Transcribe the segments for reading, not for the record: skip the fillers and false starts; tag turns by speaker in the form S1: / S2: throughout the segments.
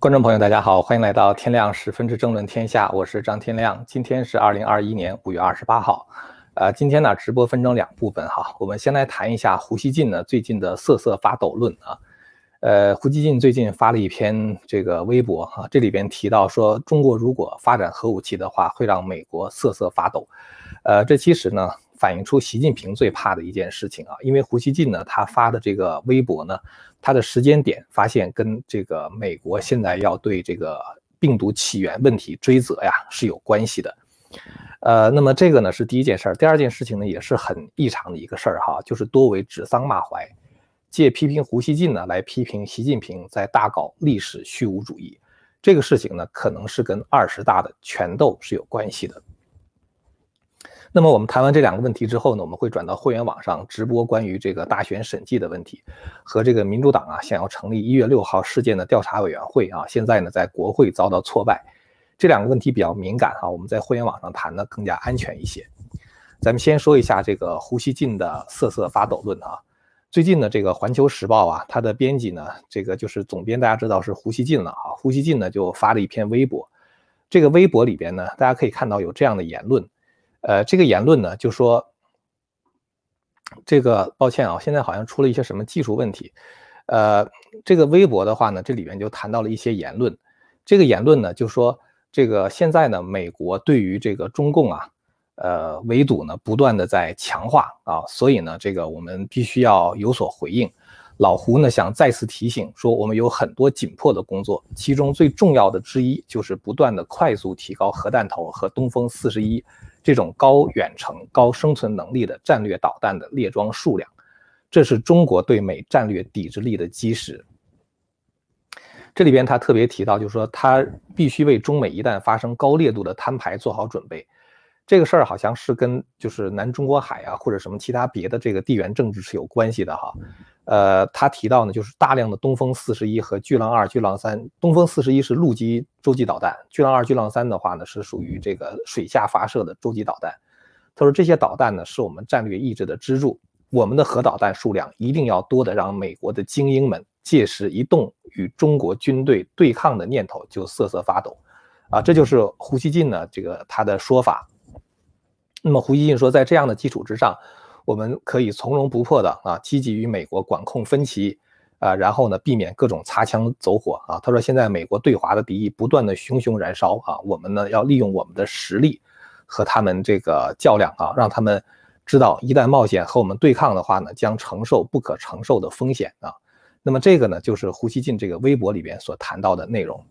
S1: 观众朋友，大家好，欢迎来到天亮10分之政论天下，我是张天亮。今天是2021年5月28号，今天呢直播分成2部分哈。我们先来谈一下胡锡进呢最近的瑟瑟发抖论啊。胡锡进最近发了一篇这个微博啊，这里边提到说，中国如果发展核武器的话，会让美国瑟瑟发抖。这其实呢反映出习近平最怕的一件事情啊，因为胡锡进呢他发的这个微博呢。它的时间点发现跟这个美国现在要对这个病毒起源问题追责呀是有关系的。那么这个呢是第一件事儿，第二件事情呢也是很异常的一个事儿哈，就是多为指桑骂槐，借批评胡锡进呢来批评习近平在大搞历史虚无主义。这个事情呢可能是跟20大的权斗是有关系的。那么我们谈完这2个问题之后呢，我们会转到会员网上直播关于这个大选审计的问题，和这个民主党啊想要成立1月6号事件的调查委员会啊，现在呢在国会遭到挫败。这2个问题比较敏感啊，我们在会员网上谈呢更加安全一些。咱们先说一下这个胡锡进的瑟瑟发抖论啊。最近呢这个环球时报啊，它的编辑呢这个就是总编，大家知道是胡锡进了啊。胡锡进呢就发了一篇微博，这个微博里边呢大家可以看到有这样的言论。这个言论呢，就说这个抱歉啊，现在好像出了一些什么技术问题。这个微博的话呢，这里边就谈到了一些言论。这个言论呢，就说这个现在呢，美国对于这个中共啊，围堵呢，不断的在强化啊，所以呢，这个我们必须要有所回应。老胡呢想再次提醒说，我们有很多紧迫的工作，其中最重要的之一就是不断的快速提高核弹头和东风41这种高远程、高生存能力的战略导弹的列装数量，这是中国对美战略抵制力的基石。这里边他特别提到，就是说他必须为中美一旦发生高烈度的摊牌做好准备。这个事儿好像是跟就是南中国海啊，或者什么其他别的这个地缘政治是有关系的哈。他提到呢，就是大量的东风41和巨浪2、巨浪3。东风41是陆基洲际导弹，巨浪2、巨浪3的话呢是属于这个水下发射的洲际导弹。他说这些导弹呢是我们战略意志的支柱，我们的核导弹数量一定要多得让美国的精英们届时一动与中国军队对抗的念头就瑟瑟发抖啊。这就是胡锡进呢这个他的说法。那么胡锡进说，在这样的基础之上，我们可以从容不迫的啊，积极与美国管控分歧啊，然后呢，避免各种擦枪走火啊。他说，现在美国对华的敌意不断的熊熊燃烧啊，我们呢要利用我们的实力和他们这个较量啊，让他们知道一旦冒险和我们对抗的话呢，将承受不可承受的风险啊。那么这个呢，就是胡锡进这个微博里边所谈到的内容。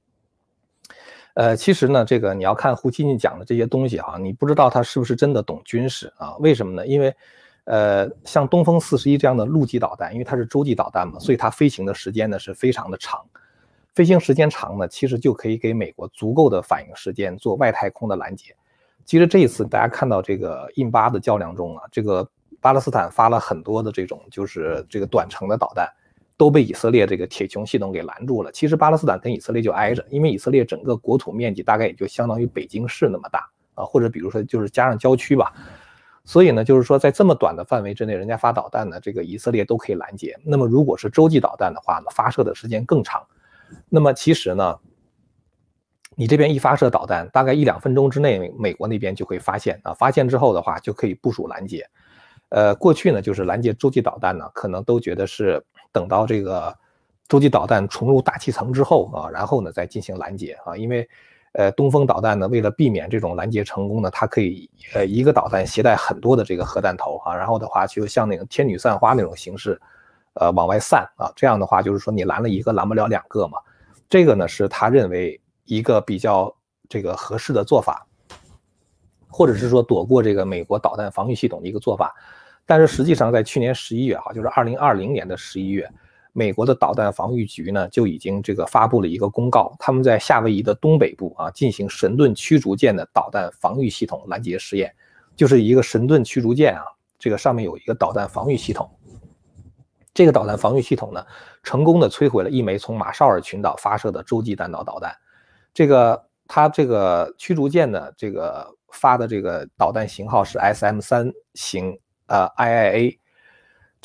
S1: 其实呢，这个你要看胡锡进讲的这些东西哈，你不知道他是不是真的懂军事啊？为什么呢？因为，像东风41这样的陆基导弹，因为它是洲际导弹嘛，所以它飞行的时间呢是非常的长。飞行时间长呢，其实就可以给美国足够的反应时间做外太空的拦截。其实这一次大家看到这个印巴的较量中啊，这个巴勒斯坦发了很多的这种就是这个短程的导弹。都被以色列这个铁穹系统给拦住了。其实巴勒斯坦跟以色列就挨着，因为以色列整个国土面积大概也就相当于北京市那么大啊，或者比如说就是加上郊区吧。所以呢，就是说在这么短的范围之内，人家发导弹呢，这个以色列都可以拦截。那么如果是洲际导弹的话呢，发射的时间更长。那么其实呢，你这边一发射导弹，大概1-2分钟之内，美国那边就会发现啊，发现之后的话就可以部署拦截。过去呢，就是拦截洲际导弹呢，可能都觉得是等到这个洲际导弹冲入大气层之后啊，然后呢再进行拦截啊，因为东风导弹呢，为了避免这种拦截成功呢，它可以一个导弹携带很多的这个核弹头啊，然后的话就像那个天女散花那种形式，往外散啊，这样的话就是说你拦了一个，拦不了2个嘛，这个呢是他认为一个比较这个合适的做法。或者是说躲过这个美国导弹防御系统的一个做法，但是实际上在去年11月哈，就是2020年的11月，美国的导弹防御局呢就已经这个发布了一个公告，他们在夏威夷的东北部啊进行神盾驱逐舰的导弹防御系统拦截试验，就是一个神盾驱逐舰啊，这个上面有一个导弹防御系统，这个导弹防御系统呢成功的摧毁了一枚从马绍尔群岛发射的洲际弹道导弹，它这个驱逐舰呢这个发的这个导弹型号是 SM3 型IIA，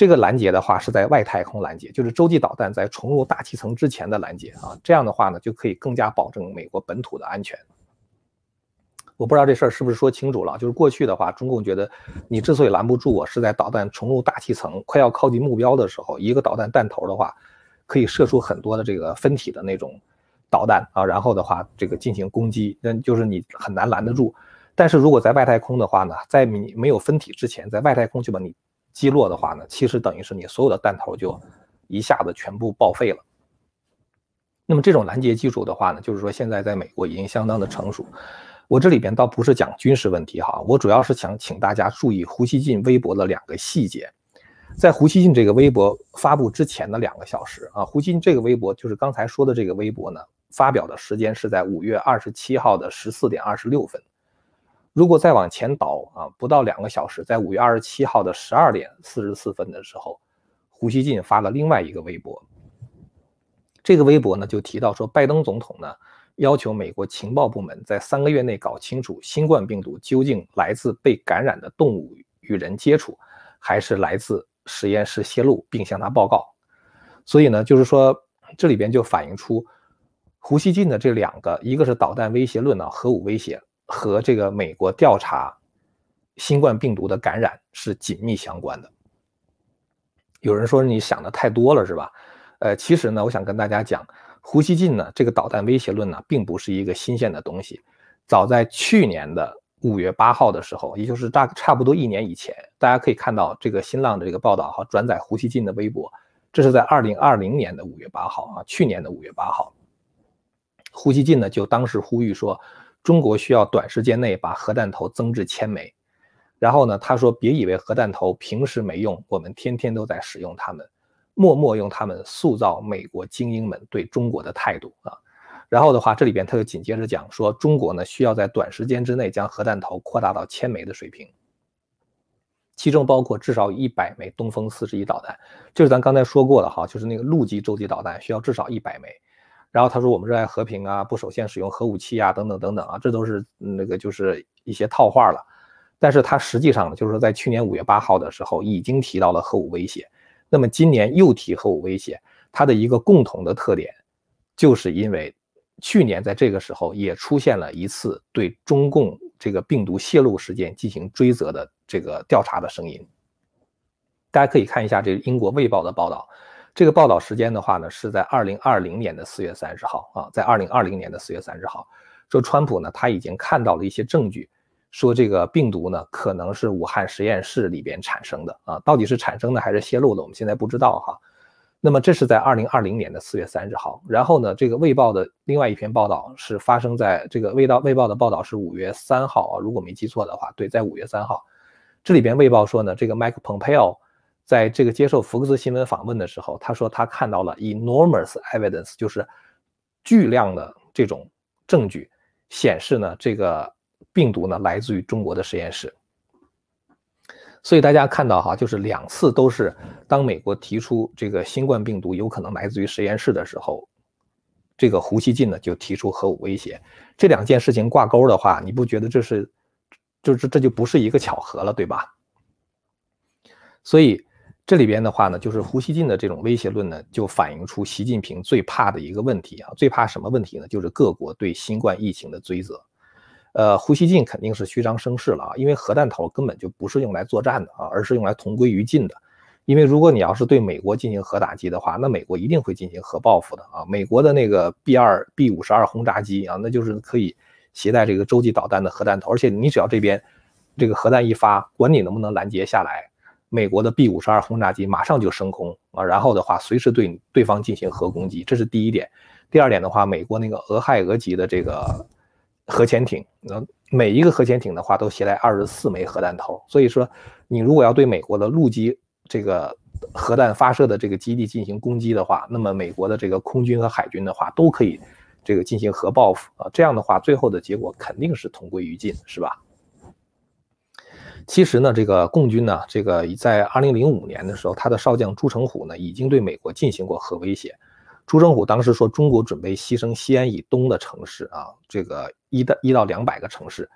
S1: 这个拦截的话是在外太空拦截，就是洲际导弹在冲入大气层之前的拦截啊。这样的话呢，就可以更加保证美国本土的安全。我不知道这事儿是不是说清楚了，就是过去的话，中共觉得你之所以拦不住我，是在导弹冲入大气层，快要靠近目标的时候，一个导弹弹头的话，可以射出很多的这个分体的那种导弹啊，然后的话这个进行攻击，就是你很难拦得住。但是如果在外太空的话呢，在你没有分体之前，在外太空就把你击落的话呢，其实等于是你所有的弹头就一下子全部报废了。那么这种拦截技术的话呢，就是说现在在美国已经相当的成熟。我这里边倒不是讲军事问题哈，我主要是想请大家注意胡锡进微博的2个细节。在胡锡进这个微博发布之前的2个小时啊，胡锡进这个微博就是刚才说的这个微博呢，发表的时间是在5月27号的14点26分。如果再往前倒啊，不到2个小时，在5月27号的12点44分的时候，胡锡进发了另外一个微博。这个微博呢就提到说，拜登总统呢要求美国情报部门在3个月内搞清楚新冠病毒究竟来自被感染的动物与人接触，还是来自实验室泄露，并向他报告。所以呢，就是说这里边就反映出胡锡进的这2个，一个是导弹威胁论啊，核武威胁，和这个美国调查新冠病毒的感染是紧密相关的。有人说你想的太多了是吧？其实呢，我想跟大家讲，胡锡进呢这个导弹威胁论呢，并不是一个新鲜的东西。早在去年的5月8号的时候，也就是差不多1年以前，大家可以看到这个新浪的这个报道哈，转载胡锡进的微博，这是在2020年的5月8号啊，去年的5月8号，胡锡进呢就当时呼吁说，中国需要短时间内把核弹头增至1000枚。然后呢，他说别以为核弹头平时没用，我们天天都在使用它们，默默用它们塑造美国精英们对中国的态度啊。然后的话，这里边他就紧接着讲说，中国呢需要在短时间之内将核弹头扩大到1000枚的水平，其中包括至少100枚东风41导弹，就是咱刚才说过了哈，就是那个陆基洲际导弹需要至少100枚。然后他说我们热爱和平啊，不首先使用核武器啊，等等等等啊，这都是那个就是一些套话了。但是他实际上呢，就是说在去年5月8号的时候已经提到了核武威胁，那么今年又提核武威胁，它的一个共同的特点，就是因为去年在这个时候也出现了一次对中共这个病毒泄露事件进行追责的这个调查的声音。大家可以看一下这个英国卫报的报道，这个报道时间的话呢，是在2020年的4月30号啊，在2020年的4月30号，说川普呢他已经看到了一些证据，说这个病毒呢可能是武汉实验室里边产生的啊，到底是产生的还是泄露的，我们现在不知道哈。那么这是在2020年的4月30号，然后呢，这个卫报的另外一篇报道是发生在这个卫报的报道是5月3号啊，如果没记错的话，对，在5月3号，这里边卫报说呢，这个 Mike Pompeo 在这个接受福克斯新闻访问的时候，他说他看到了 enormous evidence， 就是巨量的这种证据显示呢，这个病毒呢来自于中国的实验室。所以大家看到哈，就是2次都是当美国提出这个新冠病毒有可能来自于实验室的时候，这个胡锡进呢就提出核武威胁。这2件事情挂钩的话，你不觉得这就不是一个巧合了，对吧？所以这里边的话呢，就是胡锡进的这种威胁论呢，就反映出习近平最怕的一个问题啊，最怕什么问题呢？就是各国对新冠疫情的追责。胡锡进肯定是虚张声势了啊，因为核弹头根本就不是用来作战的啊，而是用来同归于尽的。因为如果你要是对美国进行核打击的话，那美国一定会进行核报复的啊。美国的那个 B-52 轰炸机啊，那就是可以携带这个洲际导弹的核弹头，而且你只要这边这个核弹一发，管你能不能拦截下来，美国的 B-52 轰炸机马上就升空啊，然后的话随时对对方进行核攻击，这是第一点。第二点的话，美国那个俄亥俄级的这个核潜艇，每一个核潜艇的话都携带24枚核弹头，所以说你如果要对美国的陆基这个核弹发射的这个基地进行攻击的话，那么美国的这个空军和海军的话都可以这个进行核报复啊，这样的话最后的结果肯定是同归于尽，是吧？其实呢，这个共军呢，这个在2005年的时候，他的少将朱成虎呢已经对美国进行过核威胁。朱成虎当时说，中国准备牺牲西安以东的城市啊，这个1到200个城市，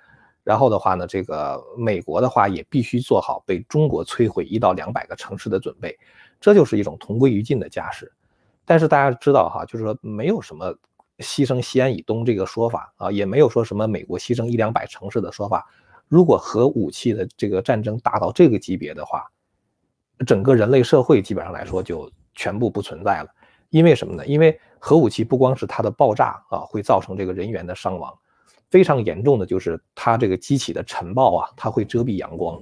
S1: 然后的话呢，这个美国的话也必须做好被中国摧毁1到200个城市的准备，这就是一种同归于尽的架势。但是大家知道哈，就是说没有什么牺牲西安以东这个说法啊，也没有说什么美国牺牲100-200城市的说法。如果核武器的这个战争达到这个级别的话，整个人类社会基本上来说就全部不存在了。因为什么呢？因为核武器不光是它的爆炸啊会造成这个人员的伤亡，非常严重的就是它这个激起的尘暴啊，它会遮蔽阳光。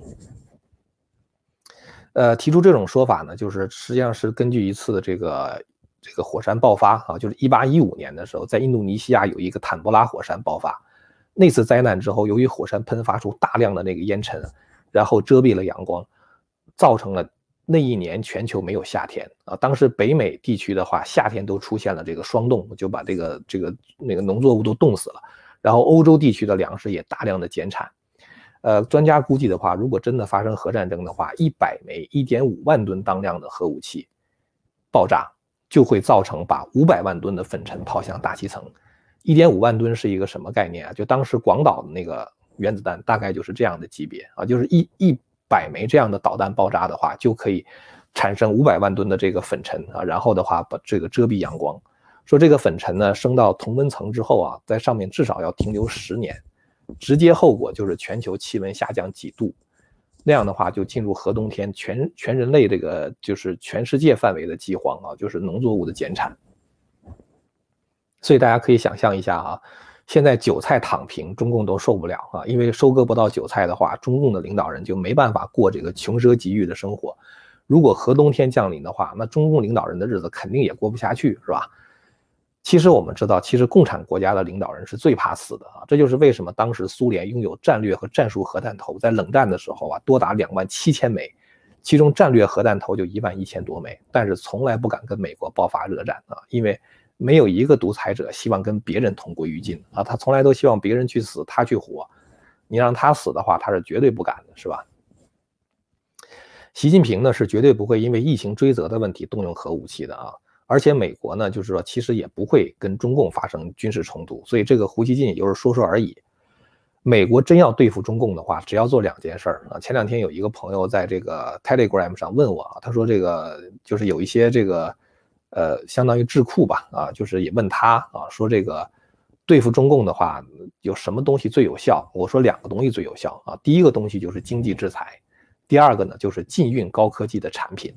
S1: 提出这种说法呢，就是实际上是根据一次这个火山爆发啊，就是1815年的时候，在印度尼西亚有一个坦博拉火山爆发。那次灾难之后，由于火山喷发出大量的那个烟尘，然后遮蔽了阳光，造成了那一年全球没有夏天啊。当时北美地区的话，夏天都出现了这个霜冻，就把那个农作物都冻死了。然后欧洲地区的粮食也大量的减产。专家估计的话，如果真的发生核战争的话，100枚1.5万吨当量的核武器爆炸，就会造成把500万吨的粉尘抛向大气层。1.5万吨是一个什么概念啊？就当时广岛的那个原子弹大概就是这样的级别啊，就是100枚这样的导弹爆炸的话，就可以产生500万吨的这个粉尘啊，然后的话把这个遮蔽阳光。说这个粉尘呢升到同温层之后啊，在上面至少要停留10年，直接后果就是全球气温下降几度。那样的话就进入核冬天，全人类这个就是全世界范围的饥荒啊，就是农作物的减产。所以大家可以想象一下啊，现在韭菜躺平，中共都受不了啊，因为收割不到韭菜的话，中共的领导人就没办法过这个穷奢极欲的生活。如果核冬天降临的话，那中共领导人的日子肯定也过不下去，是吧？其实我们知道，其实共产国家的领导人是最怕死的啊，这就是为什么当时苏联拥有战略和战术核弹头，在冷战的时候啊，多达27000枚，其中战略核弹头就11000多枚，但是从来不敢跟美国爆发热战啊，因为没有一个独裁者希望跟别人同归于尽啊，他从来都希望别人去死，他去活。你让他死的话，他是绝对不敢的，是吧？习近平呢是绝对不会因为疫情追责的问题动用核武器的啊，而且美国呢就是说其实也不会跟中共发生军事冲突，所以这个胡锡进也就是说说而已。美国真要对付中共的话，只要做2件事啊。前2天有一个朋友在这个 Telegram 上问我啊，他说这个就是有一些这个相当于智库吧啊，就是也问他啊，说这个对付中共的话有什么东西最有效？我说2个东西最有效啊，第一个东西就是经济制裁，第2个呢就是禁运高科技的产品。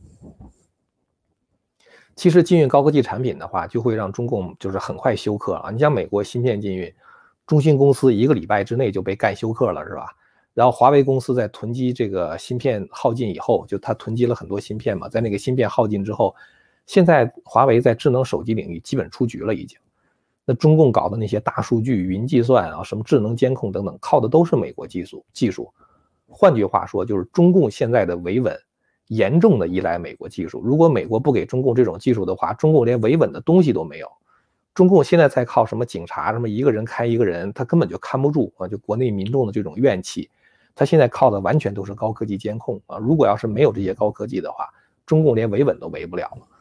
S1: 其实禁运高科技产品的话，就会让中共就是很快休克啊。你像美国芯片禁运，中芯公司1个礼拜之内就被干休克了，是吧？然后华为公司在囤积这个芯片耗尽以后，就它囤积了很多芯片嘛，在那个芯片耗尽之后，现在华为在智能手机领域基本出局了已经。那中共搞的那些大数据、云计算啊，什么智能监控等等，靠的都是美国技术。换句话说，就是中共现在的维稳严重的依赖美国技术。如果美国不给中共这种技术的话，中共连维稳的东西都没有。中共现在在靠什么警察，什么一个人开一个人，他根本就看不住啊！就国内民众的这种怨气，他现在靠的完全都是高科技监控啊！如果要是没有这些高科技的话，中共连维稳都维不了了。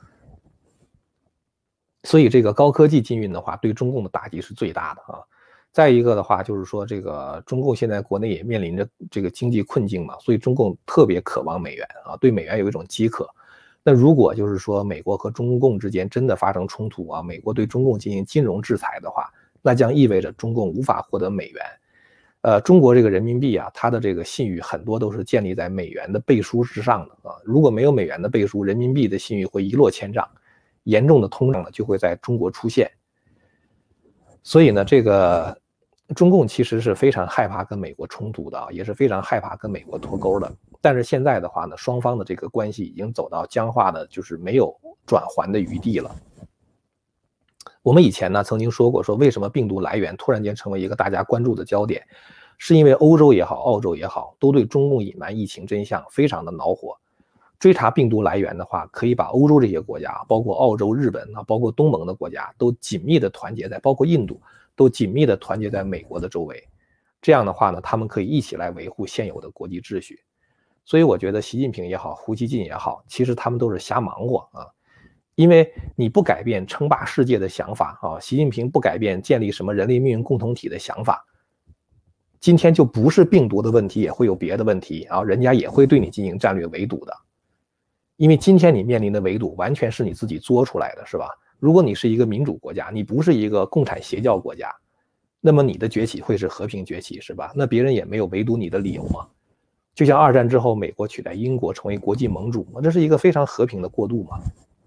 S1: 所以这个高科技禁运的话，对中共的打击是最大的啊。再一个的话，就是说这个中共现在国内也面临着这个经济困境嘛，所以中共特别渴望美元啊，对美元有一种饥渴。那如果就是说美国和中共之间真的发生冲突啊，美国对中共进行金融制裁的话，那将意味着中共无法获得美元。中国这个人民币啊，它的这个信誉很多都是建立在美元的背书之上的啊。如果没有美元的背书，人民币的信誉会一落千丈，严重的通胀呢就会在中国出现。所以呢，这个中共其实是非常害怕跟美国冲突的啊，也是非常害怕跟美国脱钩的。但是现在的话呢，双方的这个关系已经走到僵化的，就是没有转圜的余地了。我们以前呢曾经说过，说为什么病毒来源突然间成为一个大家关注的焦点，是因为欧洲也好，澳洲也好，都对中共隐瞒疫情真相非常的恼火。追查病毒来源的话，可以把欧洲这些国家，包括澳洲、日本啊，包括东盟的国家，都紧密的团结在，包括印度，都紧密的团结在美国的周围。这样的话呢，他们可以一起来维护现有的国际秩序。所以我觉得习近平也好，胡锡进也好，其实他们都是瞎忙活啊。因为你不改变称霸世界的想法啊，习近平不改变建立什么人类命运共同体的想法， 今天就不是病毒的问题，也会有别的问题啊，人家也会对你进行战略围堵的。因为今天你面临的围堵完全是你自己作出来的，是吧？如果你是一个民主国家，你不是一个共产邪教国家，那么你的崛起会是和平崛起，是吧？那别人也没有围堵你的理由嘛。就像2战之后，美国取代英国成为国际盟主嘛，这是一个非常和平的过渡嘛。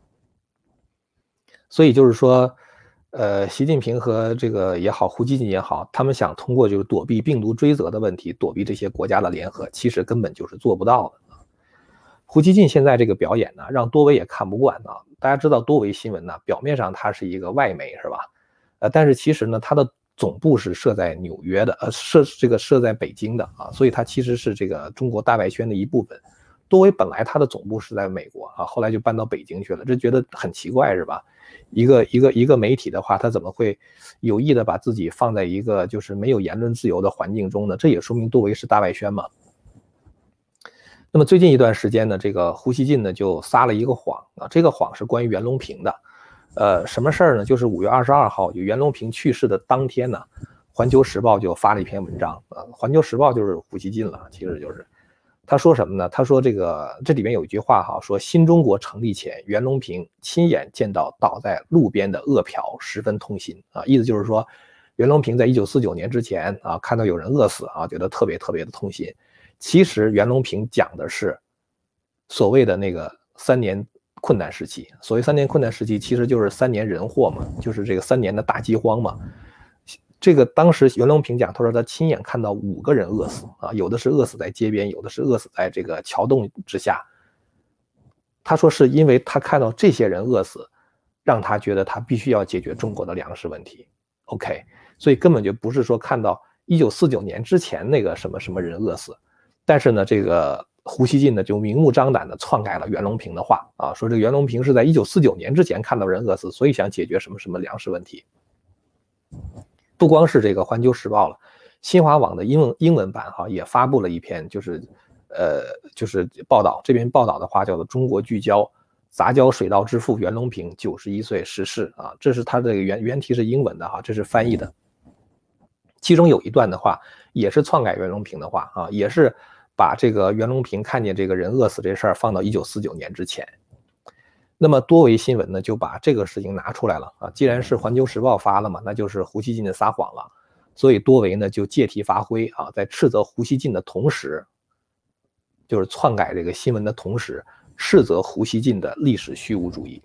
S1: 所以就是说，习近平和这个也好，胡锡进也好，他们想通过就是躲避病毒追责的问题，躲避这些国家的联合，其实根本就是做不到的。胡锡进现在这个表演呢，让多维也看不惯啊。大家知道多维新闻呢，表面上它是一个外媒，是吧？但是其实呢，它的总部是设在纽约的，设在北京的啊，所以它其实是这个中国大外宣的一部分。多维本来它的总部是在美国啊，后来就搬到北京去了，这觉得很奇怪，是吧？一个媒体的话，它怎么会有意的把自己放在一个就是没有言论自由的环境中呢？这也说明多维是大外宣嘛。那么最近一段时间呢，这个胡锡进呢就撒了一个谎啊，这个谎是关于袁隆平的。什么事儿呢？就是5月22号，就袁隆平去世的当天呢，《环球时报》就发了一篇文章啊，《环球时报》就是胡锡进了，其实就是他说什么呢？他说这里面有一句话哈，说新中国成立前，袁隆平亲眼见到倒在路边的饿殍，十分痛心啊，意思就是说，袁隆平在1949年之前啊，看到有人饿死啊，觉得特别特别的痛心。其实袁隆平讲的是所谓的那个3年困难时期，所谓3年困难时期，其实就是3年人祸嘛，就是这个3年的大饥荒嘛。这个当时袁隆平讲，他说他亲眼看到5个人饿死啊，有的是饿死在街边，有的是饿死在这个桥洞之下。他说是因为他看到这些人饿死，让他觉得他必须要解决中国的粮食问题。OK， 所以根本就不是说看到1949年之前那个什么什么人饿死。但是呢，这个胡锡进呢就明目张胆的篡改了袁隆平的话啊，说这个袁隆平是在1949年之前看到人饿死，所以想解决什么什么粮食问题。不光是这个《环球时报》了，新华网的英文版哈也发布了一篇，就是报道。这篇报道的话叫做《中国聚焦：杂交水稻之父袁隆平91岁逝世》啊，这是它的原题是英文的哈，这是翻译的。其中有一段的话也是篡改袁隆平的话啊，也是把这个袁隆平看见这个人饿死这事儿放到1949年之前。那么多维新闻呢就把这个事情拿出来了啊，既然是环球时报发了嘛，那就是胡锡进的撒谎了，所以多维呢就借题发挥啊，在斥责胡锡进的同时，就是篡改这个新闻的同时，斥责胡锡进的历史虚无主义。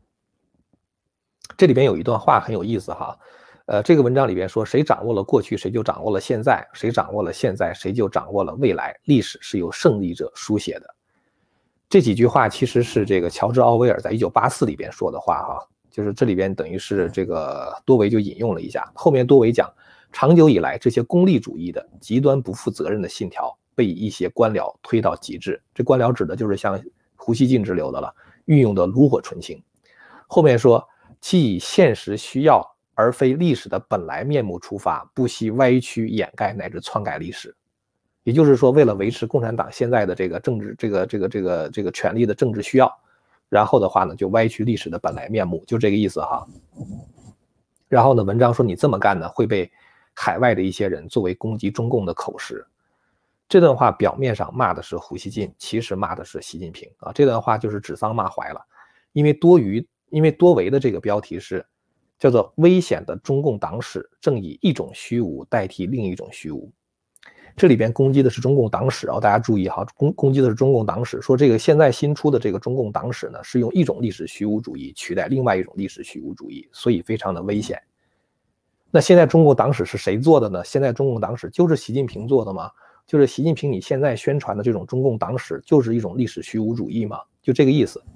S1: 这里边有一段话很有意思哈，这个文章里边说，谁掌握了过去，谁就掌握了现在；谁掌握了现在，谁就掌握了未来。历史是由胜利者书写的。这几句话其实是这个乔治·奥威尔在1984里边说的话哈，就是这里边等于是这个多维就引用了一下。后面多维讲，长久以来这些功利主义的极端不负责任的信条被一些官僚推到极致，这官僚指的就是像胡锡进之流的了，运用的炉火纯青。后面说，其以现实需要而非历史的本来面目出发，不惜歪曲掩盖乃至篡改历史。也就是说，为了维持共产党现在的这个政治这个权力的政治需要，然后的话呢，就歪曲历史的本来面目，就这个意思哈。然后呢，文章说你这么干呢，会被海外的一些人作为攻击中共的口实。这段话表面上骂的是胡锡进，其实骂的是习近平啊。这段话就是指桑骂槐了，因为多维的这个标题是叫做“危险的中共党史正以一种虚无代替另一种虚无”。这里边攻击的是中共党史啊，大家注意哈，攻击的是中共党史，说这个现在新出的这个中共党史呢，是用一种历史虚无主义取代另外一种历史虚无主义，所以非常的危险。那现在中共党史是谁做的呢？现在中共党史就是习近平做的吗？就是习近平你现在宣传的这种中共党史就是一种历史虚无主义吗？就这个意思。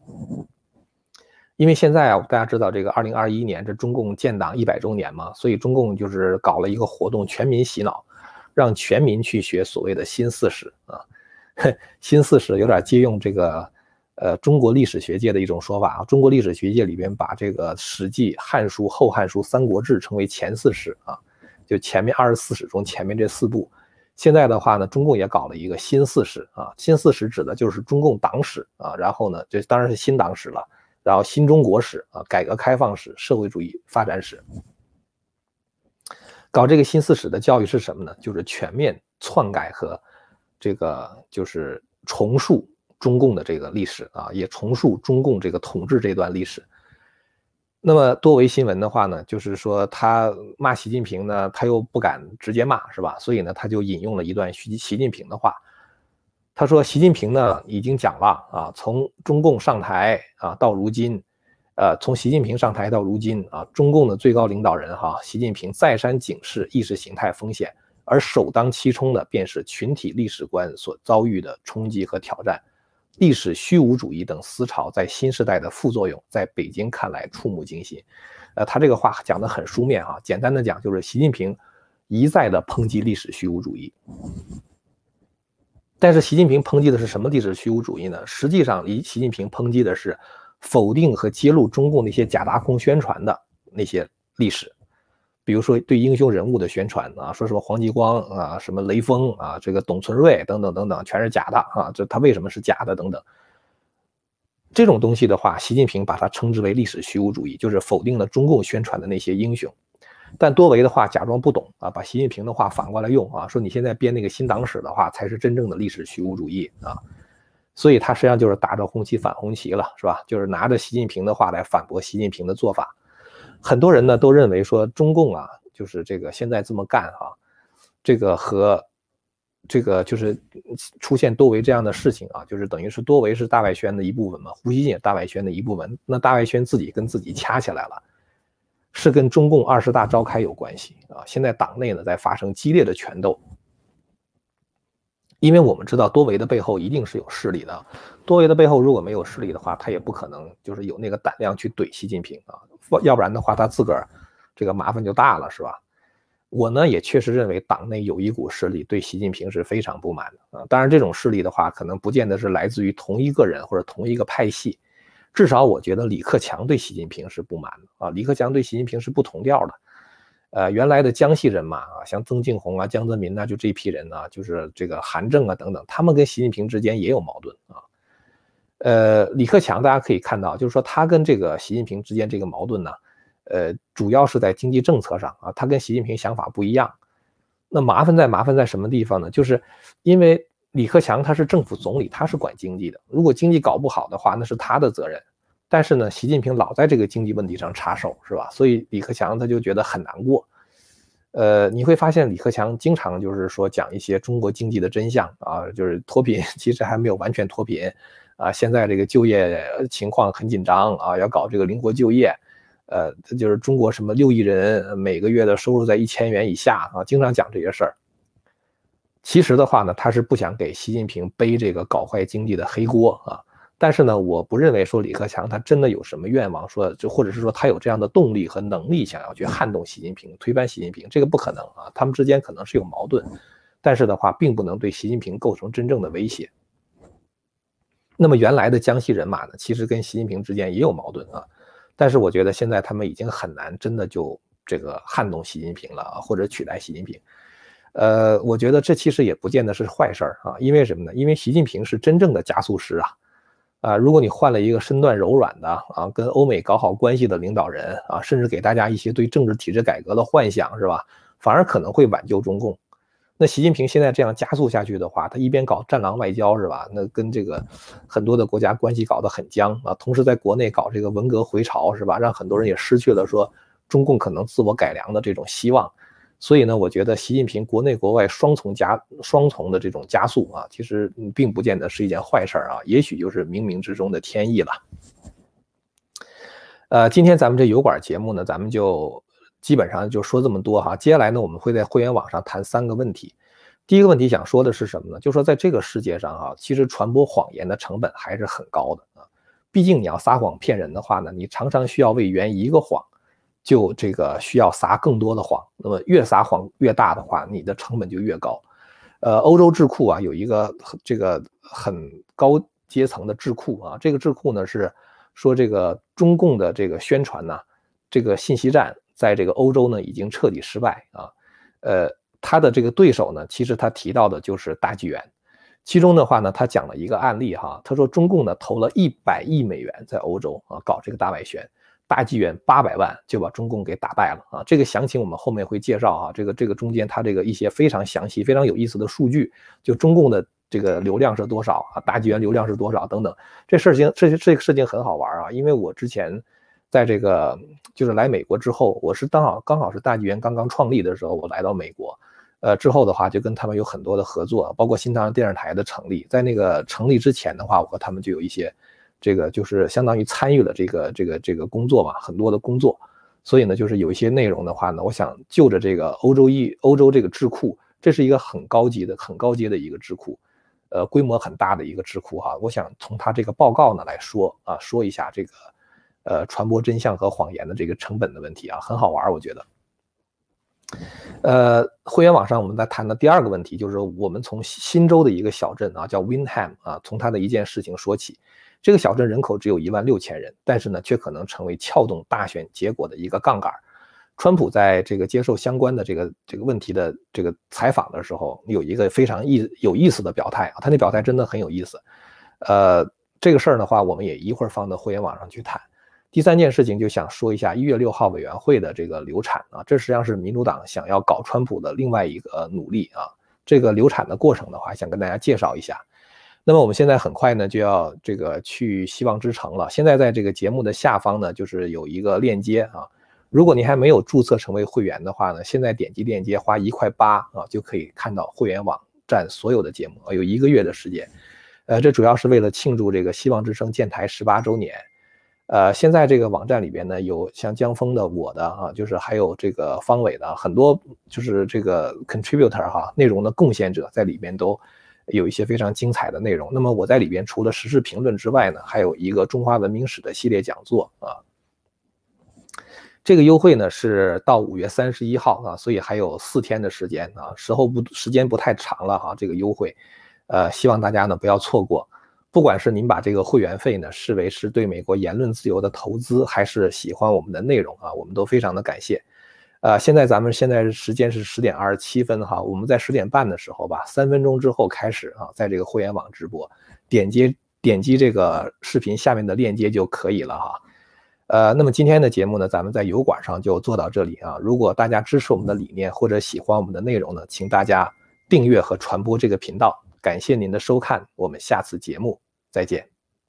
S1: 因为现在啊，大家知道这个2021年这中共建党100周年嘛，所以中共就是搞了一个活动，全民洗脑，让全民去学所谓的新40啊。新40有点借用这个中国历史学界的一种说法啊，中国历史学界里边把这个《史记》《汉书》《后汉书》《三国志》称为前40啊，就前面24史中前面这4部。现在的话呢，中共也搞了一个新40啊，新40指的就是中共党史啊，然后呢，这当然是新党史了，然后新中国史啊，改革开放史，社会主义发展史。 搞这个新4史的教育是什么呢？就是全面篡改和这个就是重述中共的这个历史啊，也重述中共这个统治这段历史。那么多维新闻的话呢，就是说他骂习近平呢，他又不敢直接骂，是吧？所以呢，他就引用了一段习近平的话。他说，习近平呢已经讲了啊，从中共上台啊到如今，从习近平上台到如今啊，中共的最高领导人习近平再三警示意识形态风险，而首当其冲的便是群体历史观所遭遇的冲击和挑战。历史虚无主义等思潮在新时代的副作用，在北京看来触目惊心。他这个话讲得很书面简单的讲就是习近平一再的抨击历史虚无主义。但是习近平抨击的是什么历史虚无主义呢？实际上，习近平抨击的是否定和揭露中共那些假大空宣传的那些历史，比如说对英雄人物的宣传啊，说什么黄继光啊，什么雷锋啊，这个董存瑞等等等等，全是假的啊，这他为什么是假的等等。这种东西的话，习近平把它称之为历史虚无主义，就是否定了中共宣传的那些英雄。但多维的话假装不懂啊，把习近平的话反过来用啊，说你现在编那个新党史的话才是真正的历史虚无主义啊，所以他实际上就是打着红旗反红旗了，是吧？就是拿着习近平的话来反驳习近平的做法。很多人呢都认为说中共啊，就是这个现在这么干这个和这个就是出现多维这样的事情啊，就是等于是多维是大外宣的一部分嘛，胡锡进也大外宣的一部分，那大外宣自己跟自己掐起来了。是跟中共20大召开有关系啊！现在党内呢在发生激烈的权斗，因为我们知道多维的背后一定是有势力的，多维的背后如果没有势力的话，他也不可能就是有那个胆量去怼习近平啊，要不然的话他自个儿这个麻烦就大了，是吧？我呢也确实认为党内有一股势力对习近平是非常不满的啊，当然这种势力的话，可能不见得是来自于同一个人或者同一个派系。至少我觉得李克强对习近平是不满的啊，李克强对习近平是不同调的。原来的江西人马啊，像曾庆红啊、江泽民啊，就这批人呢，就是这个韩正啊等等，他们跟习近平之间也有矛盾啊。李克强大家可以看到，就是说他跟这个习近平之间这个矛盾呢，主要是在经济政策上啊，他跟习近平想法不一样。那麻烦在什么地方呢？就是因为李克强他是政府总理，他是管经济的。如果经济搞不好的话，那是他的责任。但是呢，习近平老在这个经济问题上插手，是吧？所以李克强他就觉得很难过。你会发现李克强经常就是说讲一些中国经济的真相啊，就是脱贫，其实还没有完全脱贫啊。现在这个就业情况很紧张啊，要搞这个灵活就业。就是中国什么6亿人每个月的收入在1000元以下啊，经常讲这些事儿。其实的话呢，他是不想给习近平背这个搞坏经济的黑锅啊。但是呢，我不认为说李克强他真的有什么愿望说，或者是说他有这样的动力和能力想要去撼动习近平、推翻习近平，这个不可能啊。他们之间可能是有矛盾，但是的话，并不能对习近平构成真正的威胁。那么原来的江西人马呢，其实跟习近平之间也有矛盾啊。但是我觉得现在他们已经很难真的就这个撼动习近平了啊，或者取代习近平。我觉得这其实也不见得是坏事啊，因为什么呢？因为习近平是真正的加速师啊，如果你换了一个身段柔软的啊，跟欧美搞好关系的领导人啊，甚至给大家一些对政治体制改革的幻想，是吧？反而可能会挽救中共。那习近平现在这样加速下去的话，他一边搞战狼外交，是吧？那跟这个很多的国家关系搞得很僵啊，同时在国内搞这个文革回潮，是吧？让很多人也失去了说中共可能自我改良的这种希望。所以呢，我觉得习近平国内国外双重的这种加速啊，其实并不见得是一件坏事啊，也许就是冥冥之中的天意了。今天咱们这油管节目呢，咱们就基本上就说这么多哈。接下来呢，我们会在会员网上谈3个问题。第一个问题想说的是什么呢？就是说在这个世界上其实传播谎言的成本还是很高的啊。毕竟你要撒谎骗人的话呢，你常常需要为圆一个谎。就这个需要撒更多的谎，那么越撒谎越大的话，你的成本就越高。欧洲智库有一个这个很高阶层的智库啊，这个智库呢是说这个中共的这个宣传呢，这个信息战在这个欧洲呢已经彻底失败啊。他的这个对手呢，其实他提到的就是大纪元，其中的话呢，他讲了一个案例他说中共呢投了100亿美元在欧洲啊搞这个大外宣。 大纪元800万就把中共给打败了啊！这个详情我们后面会介绍啊，这个中间它这个一些非常详细、非常有意思的数据，就中共的这个流量是多少啊，大纪元流量是多少等等，这个事情很好玩啊，因为我之前在这个就是来美国之后，我是刚好是大纪元刚刚创立的时候，我来到美国。之后的话就跟他们有很多的合作，包括新唐人电视台的成立。在那个成立之前的话，我和他们就有一些这个就是相当于参与了这个工作嘛，很多的工作。所以呢，就是有一些内容的话呢，我想就着这个欧洲这个智库，这是一个很高阶的一个智库，规模很大的一个智库哈。我想从他这个报告呢来说一下这个传播真相和谎言的这个成本的问题啊，很好玩我觉得。会员网上我们在谈的第二个问题就是我们从新州的一个小镇啊，叫 Windham 啊，从它的一件事情说起。这个小镇人口只有16000人，但是呢，却可能成为撬动大选结果的一个杠杆。川普在这个接受相关的这个问题的这个采访的时候，有一个非常有意思的表态啊，他那表态真的很有意思。这个事儿的话，我们也一会儿放到会员网上去谈。第三件事情就想说一下1月6号委员会的这个流产啊，这实际上是民主党想要搞川普的另外一个努力啊。这个流产的过程的话，想跟大家介绍一下。那么我们现在很快呢就要这个去希望之城了。现在在这个节目的下方呢，就是有一个链接啊。如果你还没有注册成为会员的话呢，现在点击链接花1.8块啊，就可以看到会员网站所有的节目啊，有1个月的时间。这主要是为了庆祝这个希望之声建台18周年。现在这个网站里边呢，有像江峰的、我的啊，就是还有这个方伟的很多，就是这个 contributor 哈，内容的贡献者在里边都有一些非常精彩的内容。那么我在里边除了时事评论之外呢，还有一个中华文明史的系列讲座啊。这个优惠呢是到5月31号啊，所以还有4天的时间啊，时间不太长了哈，这个优惠，希望大家呢不要错过。不管是您把这个会员费呢视为是对美国言论自由的投资，还是喜欢我们的内容啊，我们都非常的感谢。现在时间是10点27分哈，我们在10点半的时候吧，3分钟之后开始啊，在这个会员网直播，点击这个视频下面的链接就可以了哈。那么今天的节目呢，咱们在油管上就做到这里啊。如果大家支持我们的理念或者喜欢我们的内容呢，请大家订阅和传播这个频道。感谢您的收看，我们下次节目再见。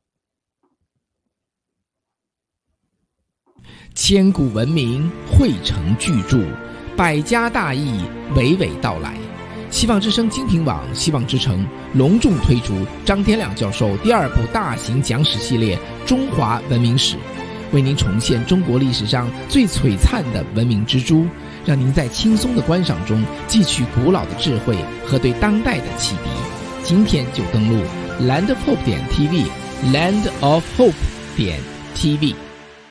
S2: 千古文明汇成巨著，百家大义娓娓道来。希望之声精品网、希望之城隆重推出张天亮教授第2部大型讲史系列《中华文明史》，为您重现中国历史上最璀璨的文明之珠，让您在轻松的观赏中汲取古老的智慧和对当代的启迪。今天就登录 landofhope.tv， landofhope.tv。